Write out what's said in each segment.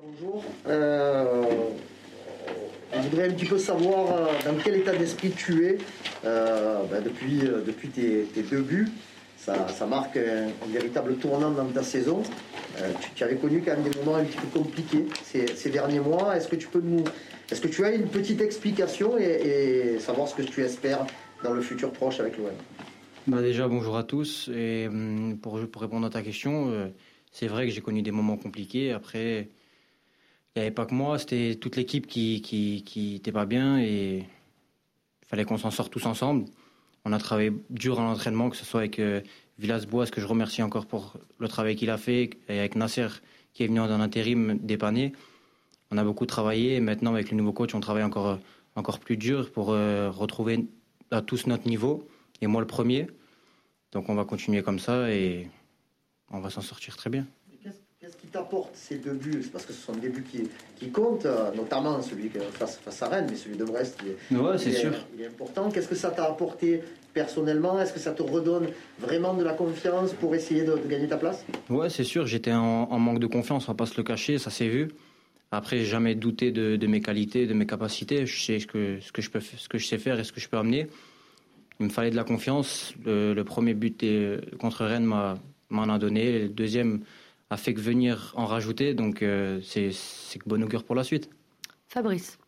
Bonjour. On voudrait un petit peu savoir dans quel état d'esprit tu es depuis tes deux buts. Ça marque un véritable tournant dans ta saison. Tu avais connu quand même des moments un petit peu compliqués ces derniers mois. Est-ce que tu as une petite explication et savoir ce que tu espères dans le futur proche avec l'OM? Déjà, bonjour à tous. Et pour répondre à ta question, c'est vrai que j'ai connu des moments compliqués. Après, il n'y avait pas que moi, c'était toute l'équipe qui était pas bien et il fallait qu'on s'en sorte tous ensemble. On a travaillé dur à l'entraînement, que ce soit avec Villas-Boas, que je remercie encore pour le travail qu'il a fait, et avec Nasser, qui est venu en intérim dépanner. On a beaucoup travaillé et maintenant, avec le nouveau coach, on travaille encore plus dur pour retrouver à tous notre niveau, et moi le premier. Donc on va continuer comme ça et on va s'en sortir très bien. Qu'est-ce qui t'apporte ces deux buts? C'est parce que ce sont des buts qui comptent, notamment celui face à Rennes, mais celui de Brest, sûr. Il est important. Qu'est-ce que ça t'a apporté personnellement? Est-ce que ça te redonne vraiment de la confiance pour essayer de gagner ta place? Ouais, c'est sûr. J'étais en manque de confiance, on va pas se le cacher, ça s'est vu. Après, j'ai jamais douté de mes qualités, de mes capacités. Je sais ce que je sais faire et ce que je peux amener. Il me fallait de la confiance. Le premier but contre Rennes m'en a donné. Le deuxième a fait que venir en rajouter. Donc c'est que bon augure pour la suite. Fabrice.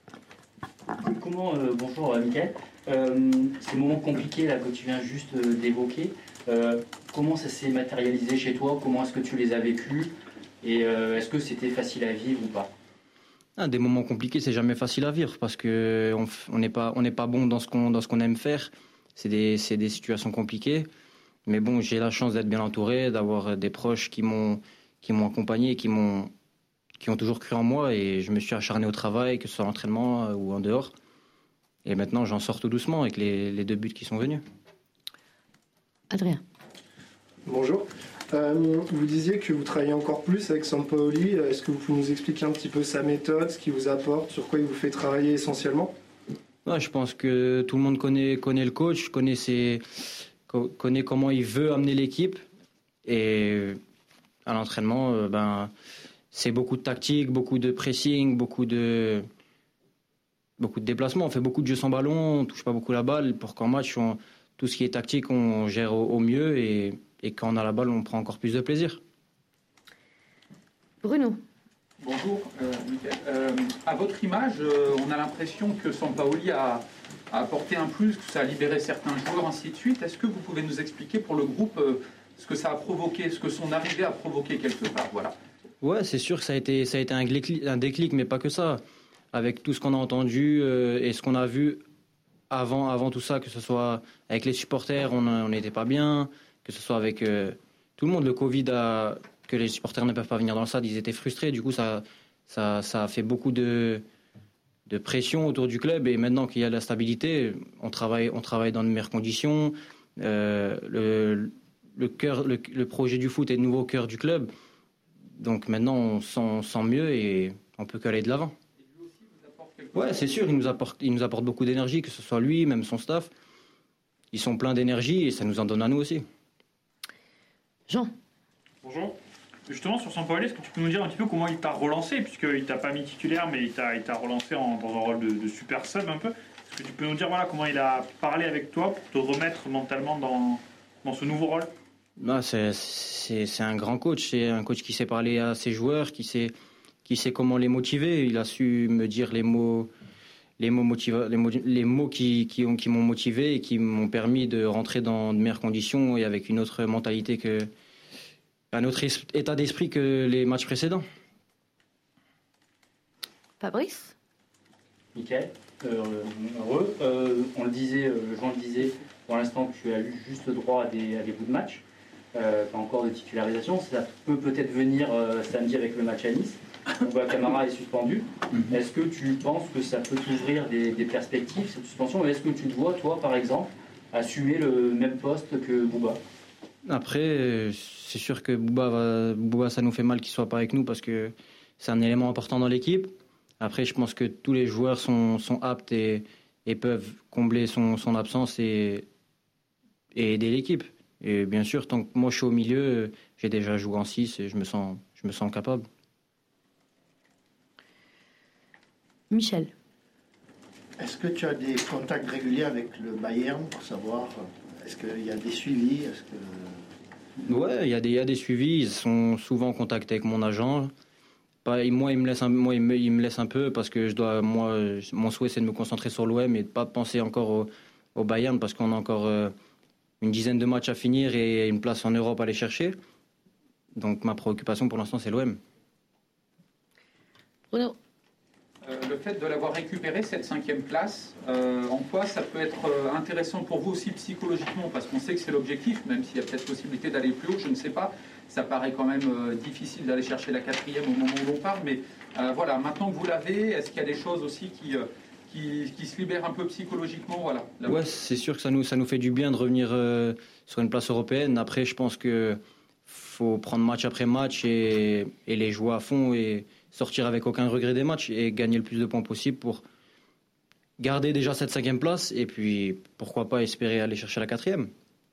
Bonjour Mickaël. Ces moments compliqués là, que tu viens juste d'évoquer, comment ça s'est matérialisé chez toi? Comment est-ce que tu les as vécus? Et est-ce que c'était facile à vivre ou pas? Des moments compliqués, c'est jamais facile à vivre parce que on n'est pas bon dans ce qu'on aime faire. C'est des situations compliquées. Mais bon, j'ai la chance d'être bien entouré, d'avoir des proches qui m'ont accompagné, qui ont toujours cru en moi, et je me suis acharné au travail, que ce soit à l'entraînement ou en dehors. Et maintenant, j'en sors tout doucement avec les deux buts qui sont venus. Adrien. Bonjour. Vous disiez que vous travaillez encore plus avec Sampaoli. Est-ce que vous pouvez nous expliquer un petit peu sa méthode, ce qu'il vous apporte, sur quoi il vous fait travailler essentiellement? Ouais, je pense que tout le monde connaît le coach, connaît comment il veut amener l'équipe. Et à l'entraînement, c'est beaucoup de tactique, beaucoup de pressing, beaucoup de déplacements. On fait beaucoup de jeux sans ballon, on touche pas beaucoup la balle pour qu'en match, tout ce qui est tactique, on gère au mieux. Et quand on a la balle, on prend encore plus de plaisir. Bruno. Bonjour, Mickaël. À votre image, on a l'impression que Sampaoli a apporté un plus, que ça a libéré certains joueurs, ainsi de suite. Est-ce que vous pouvez nous expliquer pour le groupe ce que ça a provoqué, ce que son arrivée a provoqué quelque part? Voilà. Ouais, c'est sûr que ça a été un déclic, mais pas que ça. Avec tout ce qu'on a entendu et ce qu'on a vu avant tout ça, que ce soit avec les supporters, on n'était pas bien, que ce soit avec tout le monde, le Covid que les supporters ne peuvent pas venir dans le stade, ils étaient frustrés. Du coup, ça a fait beaucoup de pression autour du club. Et maintenant qu'il y a de la stabilité, on travaille dans de meilleures conditions. Le projet du foot est de nouveau au cœur du club. Donc maintenant, on sent mieux et on peut qu'aller de l'avant. Et lui aussi vous apporte quelque chose? Ouais, c'est sûr, il nous apporte beaucoup d'énergie, que ce soit lui, même son staff. Ils sont pleins d'énergie et ça nous en donne à nous aussi. Jean. Bonjour. Justement, sur Sampaoli, est-ce que tu peux nous dire un petit peu comment il t'a relancé, puisqu'il t'a pas mis titulaire, mais il t'a relancé dans un rôle de super sub un peu. Est-ce que tu peux nous dire comment il a parlé avec toi pour te remettre mentalement dans ce nouveau rôle? C'est un grand coach, c'est un coach qui sait parler à ses joueurs, qui sait comment les motiver. Il a su me dire les mots qui m'ont motivé et qui m'ont permis de rentrer dans de meilleures conditions et avec une autre mentalité un autre état d'esprit que les matchs précédents. Fabrice. Mickaël, heureux. On le disait, Jean le disait, pour l'instant tu as eu juste droit à des bouts de match, pas encore de titularisation. Ça peut-être venir samedi avec le match à Nice. Camara est suspendu. Est-ce que tu penses que ça peut t'ouvrir des perspectives, cette suspension? Est-ce que tu te vois, toi, par exemple, assumer le même poste que Bouba? Après, c'est sûr que Bouba, ça nous fait mal qu'il soit pas avec nous parce que c'est un élément important dans l'équipe. Après, je pense que tous les joueurs sont aptes et peuvent combler son absence et aider l'équipe. Et bien sûr, tant que moi je suis au milieu, j'ai déjà joué en 6 et je me sens capable. Michel. Est-ce que tu as des contacts réguliers avec le Bayern pour savoir, est-ce qu'il y a des suivis? Ouais, il y a des suivis. Ils sont souvent en contact avec mon agent. Moi, il me laisse un peu parce que mon souhait, c'est de me concentrer sur l'OM et de ne pas penser encore au Bayern parce qu'on a encore une dizaine de matchs à finir et une place en Europe à aller chercher. Donc ma préoccupation pour l'instant, c'est l'OM. Bruno. Le fait de l'avoir récupéré, cette 5e place, en quoi ça peut être intéressant pour vous aussi psychologiquement? Parce qu'on sait que c'est l'objectif, même s'il y a peut-être possibilité d'aller plus haut, je ne sais pas. Ça paraît quand même difficile d'aller chercher la 4e au moment où l'on parle. Mais voilà, maintenant que vous l'avez, est-ce qu'il y a des choses aussi qui se libèrent un peu psychologiquement? Voilà. Ouais, c'est sûr que ça nous fait du bien de revenir sur une place européenne. Après, je pense qu'il faut prendre match après match et les jouer à fond et sortir avec aucun regret des matchs et gagner le plus de points possible pour garder déjà cette 5e place et puis pourquoi pas espérer aller chercher la 4e.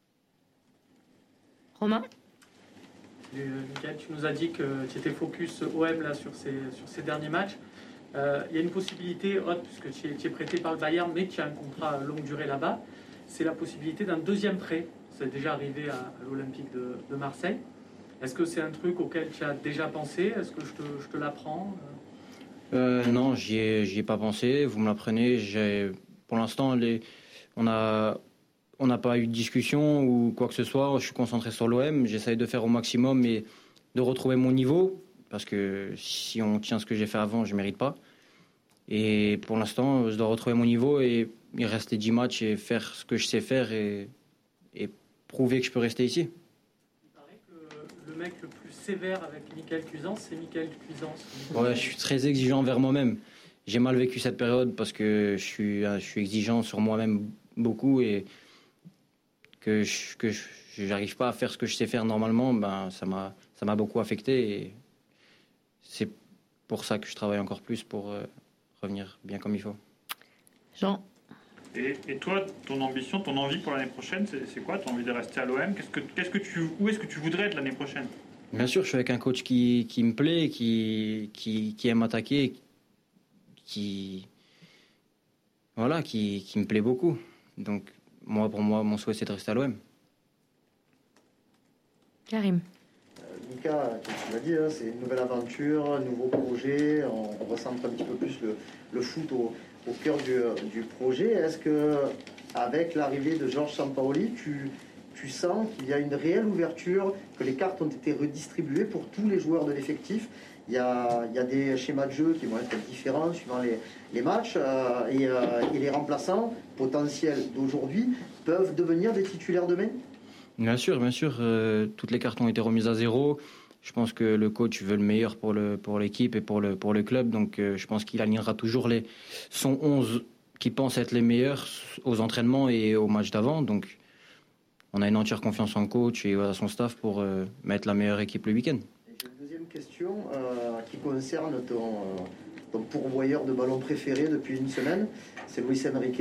Romain. Mickaël, tu nous as dit que tu étais focus OM là, sur ces derniers matchs. Il y a une possibilité, puisque tu es prêté par le Bayern, mais tu as un contrat longue durée là-bas, c'est la possibilité d'un deuxième prêt. C'est déjà arrivé à l'Olympique de Marseille. Est-ce que c'est un truc auquel tu as déjà pensé? Est-ce que je te l'apprends? Non, j'y ai pas pensé. Vous me l'apprenez. Pour l'instant, on n'a pas eu de discussion ou quoi que ce soit. Je suis concentré sur l'OM. J'essaye de faire au maximum et de retrouver mon niveau. Parce que si on tient ce que j'ai fait avant, je ne mérite pas. Et pour l'instant, je dois retrouver mon niveau et il reste les 10 matchs et faire ce que je sais faire et prouver que je peux rester ici. Le mec le plus sévère avec Michael Cuisance, c'est Michael Cuisance. Ouais, je suis très exigeant envers moi-même. J'ai mal vécu cette période parce que je suis exigeant sur moi-même beaucoup et que je n'arrive pas à faire ce que je sais faire normalement, ça m'a beaucoup affecté et c'est pour ça que je travaille encore plus pour revenir bien comme il faut. Jean. Et toi, ton ambition, ton envie pour l'année prochaine, c'est quoi? Tu as envie de rester à l'OM? Où est-ce que tu voudrais être l'année prochaine? Bien sûr, je suis avec un coach qui me plaît, qui aime attaquer, qui me plaît beaucoup. Donc, pour moi, mon souhait, c'est de rester à l'OM. Karim. Mika, comme tu l'as dit, c'est une nouvelle aventure, un nouveau projet. On recentre un petit peu plus le foot au cœur du projet. Est-ce que, avec l'arrivée de Georges Sampaoli, tu sens qu'il y a une réelle ouverture, que les cartes ont été redistribuées pour tous les joueurs de l'effectif? Il y a des schémas de jeu qui vont être différents suivant les matchs et les remplaçants potentiels d'aujourd'hui peuvent devenir des titulaires demain? Bien sûr. Toutes les cartes ont été remises à zéro. Je pense que le coach veut le meilleur pour l'équipe et pour le club. Donc je pense qu'il alignera toujours son 11 qui pense être les meilleurs aux entraînements et aux matchs d'avant. Donc on a une entière confiance en le coach et à son staff pour mettre la meilleure équipe le week-end. J'ai une deuxième question qui concerne ton pourvoyeur de ballon préféré depuis une semaine. C'est Luis Enrique.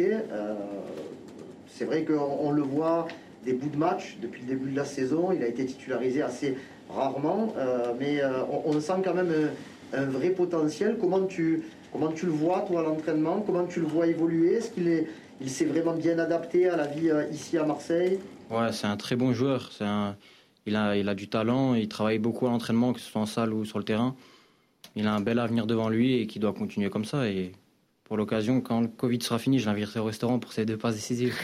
C'est vrai qu'on le voit des bouts de match depuis le début de la saison. Il a été titularisé assez rarement, mais on sent quand même un vrai potentiel. Comment tu le vois, toi, à l'entraînement? Comment tu le vois évoluer? Est-ce qu'il s'est vraiment bien adapté à la vie ici à Marseille? Ouais, c'est un très bon joueur. Il a du talent, il travaille beaucoup à l'entraînement, que ce soit en salle ou sur le terrain. Il a un bel avenir devant lui et qui doit continuer comme ça. Et pour l'occasion, quand le Covid sera fini, je l'inviterai au restaurant pour ses 2 passes décisives.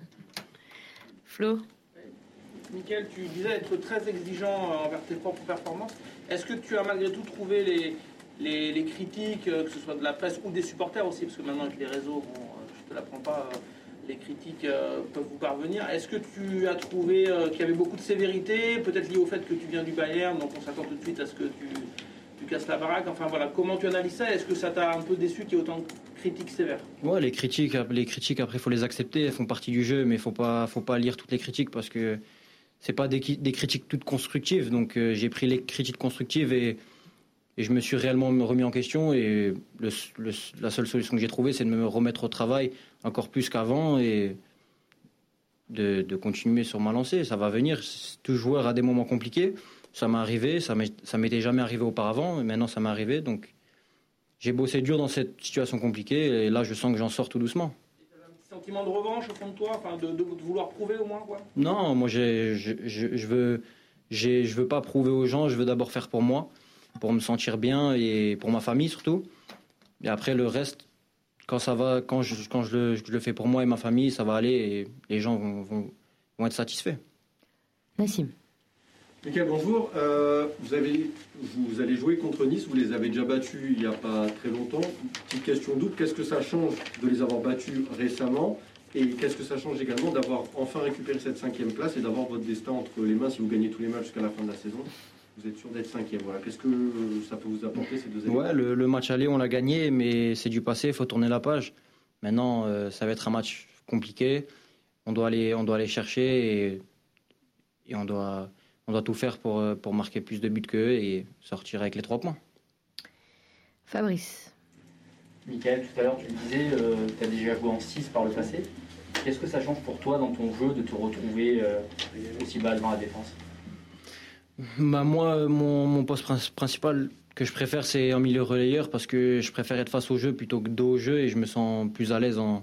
Flo. Mickaël, tu disais être très exigeant envers tes propres performances. Est-ce que tu as malgré tout trouvé les critiques, que ce soit de la presse ou des supporters aussi, parce que maintenant avec les réseaux, je ne te l'apprends pas, les critiques peuvent vous parvenir. Est-ce que tu as trouvé qu'il y avait beaucoup de sévérité, peut-être lié au fait que tu viens du Bayern, donc on s'attend tout de suite à ce que tu casses la baraque? Enfin voilà, comment tu analyses ça? Est-ce que ça t'a un peu déçu qu'il y ait autant de critiques sévères? Ouais, les critiques après, il faut les accepter, elles font partie du jeu, mais faut pas lire toutes les critiques parce que c'est pas des critiques toutes constructives. Donc j'ai pris les critiques constructives et je me suis réellement remis en question et la seule solution que j'ai trouvée, c'est de me remettre au travail encore plus qu'avant et de continuer sur ma lancée. Ça va venir. Tout joueur a des moments compliqués. Ça m'est arrivé, ça m'était jamais arrivé auparavant, et maintenant ça m'est arrivé. Donc j'ai bossé dur dans cette situation compliquée et là, je sens que j'en sors tout doucement. Un petit sentiment de revanche au fond de toi, enfin de vouloir prouver au moins, quoi. Non, moi, je veux pas prouver aux gens, je veux d'abord faire pour moi, pour me sentir bien et pour ma famille surtout. Et après, le reste, quand ça va, quand je le fais pour moi et ma famille, ça va aller et les gens vont être satisfaits. Nassim. Mickaël, bonjour. Vous allez jouer contre Nice, vous les avez déjà battus il n'y a pas très longtemps. Petite question doute, qu'est-ce que ça change de les avoir battus récemment? Et qu'est-ce que ça change également d'avoir enfin récupéré cette 5e place et d'avoir votre destin entre les mains si vous gagnez tous les matchs jusqu'à la fin de la saison? Vous êtes sûr d'être 5e. Voilà. Qu'est-ce que ça peut vous apporter ces deux éléments? Ouais, le match aller, on l'a gagné, mais c'est du passé, il faut tourner la page. Maintenant, ça va être un match compliqué. On doit aller chercher et on doit tout faire pour marquer plus de buts qu'eux et sortir avec les 3 points. Fabrice. Mickaël, tout à l'heure, tu le disais, tu as déjà joué en 6 par le passé. Qu'est-ce que ça change pour toi dans ton jeu de te retrouver aussi bas devant la défense? Bah moi, mon poste principal que je préfère, c'est en milieu relayeur parce que je préfère être face au jeu plutôt que dos au jeu et je me sens plus à l'aise en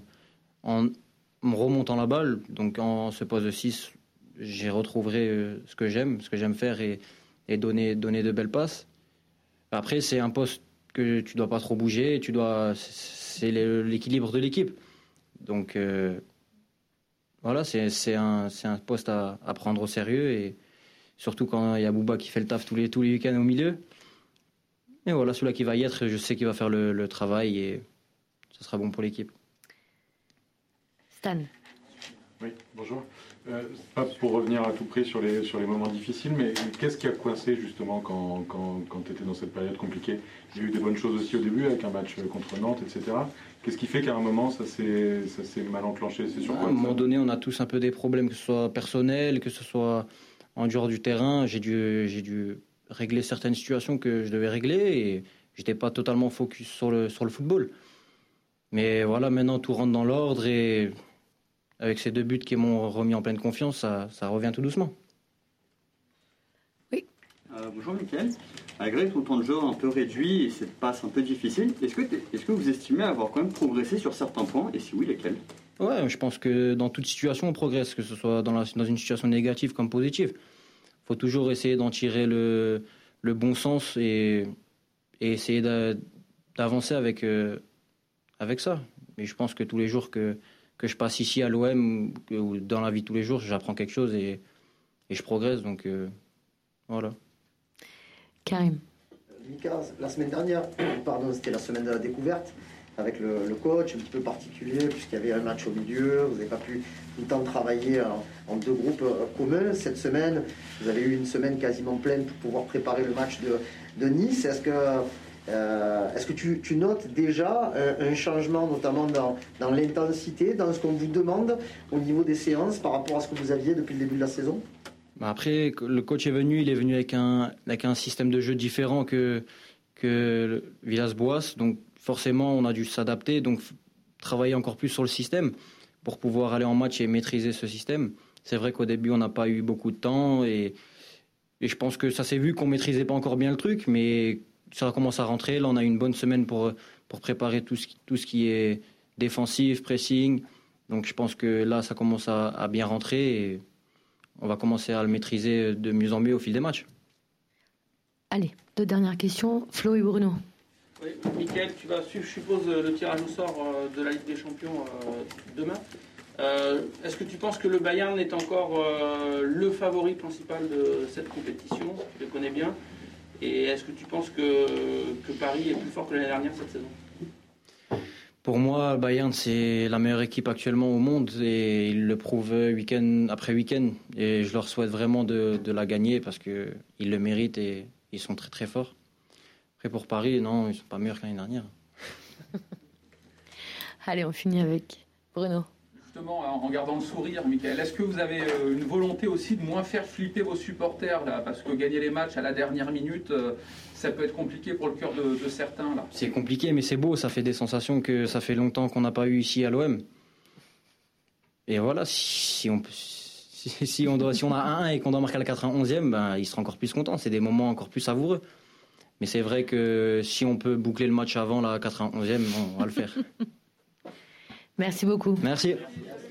me remontant la balle. Donc en ce poste de 6, j'y retrouverai ce que j'aime faire et donner de belles passes. Après, c'est un poste que tu dois pas trop bouger, c'est l'équilibre de l'équipe. Donc voilà, c'est un poste à prendre au sérieux et surtout quand il y a Bouba qui fait le taf tous les week-ends au milieu. Et voilà, celui-là qui va y être, je sais qu'il va faire le travail et ça sera bon pour l'équipe. Stan. Oui, bonjour. Pas pour revenir à tout prix sur les moments difficiles, mais qu'est-ce qui a coincé justement quand tu étais dans cette période compliquée? Il y a eu des bonnes choses aussi au début avec un match contre Nantes, etc. Qu'est-ce qui fait qu'à un moment ça s'est mal enclenché? C'est sur quoi? À un moment donné, on a tous un peu des problèmes, que ce soit personnel, que ce soit en dehors du terrain. J'ai dû régler certaines situations que je devais régler et j'étais pas totalement focus sur le football. Mais voilà, maintenant tout rentre dans l'ordre et avec ces 2 buts qui m'ont remis en pleine confiance, ça revient tout doucement. Oui. Bonjour Mickaël. Malgré ton temps de jeu un peu réduit et cette passe un peu difficile, est-ce que vous estimez avoir quand même progressé sur certains points et si oui, lesquels? Ouais, je pense que dans toute situation, on progresse, que ce soit dans une situation négative comme positive. Il faut toujours essayer d'en tirer le bon sens et essayer d'avancer avec ça. Mais je pense que tous les jours que je passe ici à l'OM ou dans la vie de tous les jours, j'apprends quelque chose et je progresse. Donc voilà. Karim. Mika, la semaine dernière, c'était la semaine de la découverte avec le coach, un petit peu particulier puisqu'il y avait un match au milieu, vous n'avez pas pu tout le temps travailler en 2 groupes communs. Cette semaine, vous avez eu une semaine quasiment pleine pour pouvoir préparer le match de Nice. Est-ce que tu notes déjà un changement, notamment dans l'intensité, dans ce qu'on vous demande au niveau des séances par rapport à ce que vous aviez depuis le début de la saison? Après, le coach il est venu avec un système de jeu différent que Villas-Boas. Donc forcément, on a dû s'adapter, donc travailler encore plus sur le système pour pouvoir aller en match et maîtriser ce système. C'est vrai qu'au début, on n'a pas eu beaucoup de temps et je pense que ça s'est vu qu'on maîtrisait pas encore bien le truc, mais ça commence à rentrer. Là, on a eu une bonne semaine pour préparer tout ce qui est défensif, pressing. Donc je pense que là, ça commence à bien rentrer et on va commencer à le maîtriser de mieux en mieux au fil des matchs. Allez, 2 dernières questions. Flo et Bruno. Oui, Mickaël, tu vas suivre, je suppose, le tirage au sort de la Ligue des Champions demain. Est-ce que tu penses que le Bayern est encore le favori principal de cette compétition? Tu le connais bien. Et est-ce que tu penses que Paris est plus fort que l'année dernière cette saison? Pour moi, Bayern, c'est la meilleure équipe actuellement au monde et ils le prouvent week-end après week-end. Et je leur souhaite vraiment de la gagner parce qu'ils le méritent et ils sont très très forts. Après pour Paris, non, ils ne sont pas meilleurs que l'année dernière. Allez, on finit avec Bruno. Justement, en gardant le sourire, Mickaël, est-ce que vous avez une volonté aussi de moins faire flipper vos supporters là? Parce que gagner les matchs à la dernière minute, ça peut être compliqué pour le cœur de certains là. C'est compliqué, mais c'est beau, ça fait des sensations que ça fait longtemps qu'on n'a pas eu ici à l'OM. Et voilà, si on a 1 et qu'on doit marquer à la 91e, ben, il sera encore plus content. C'est des moments encore plus savoureux. Mais c'est vrai que si on peut boucler le match avant la 91e, on va le faire. Merci beaucoup. Merci.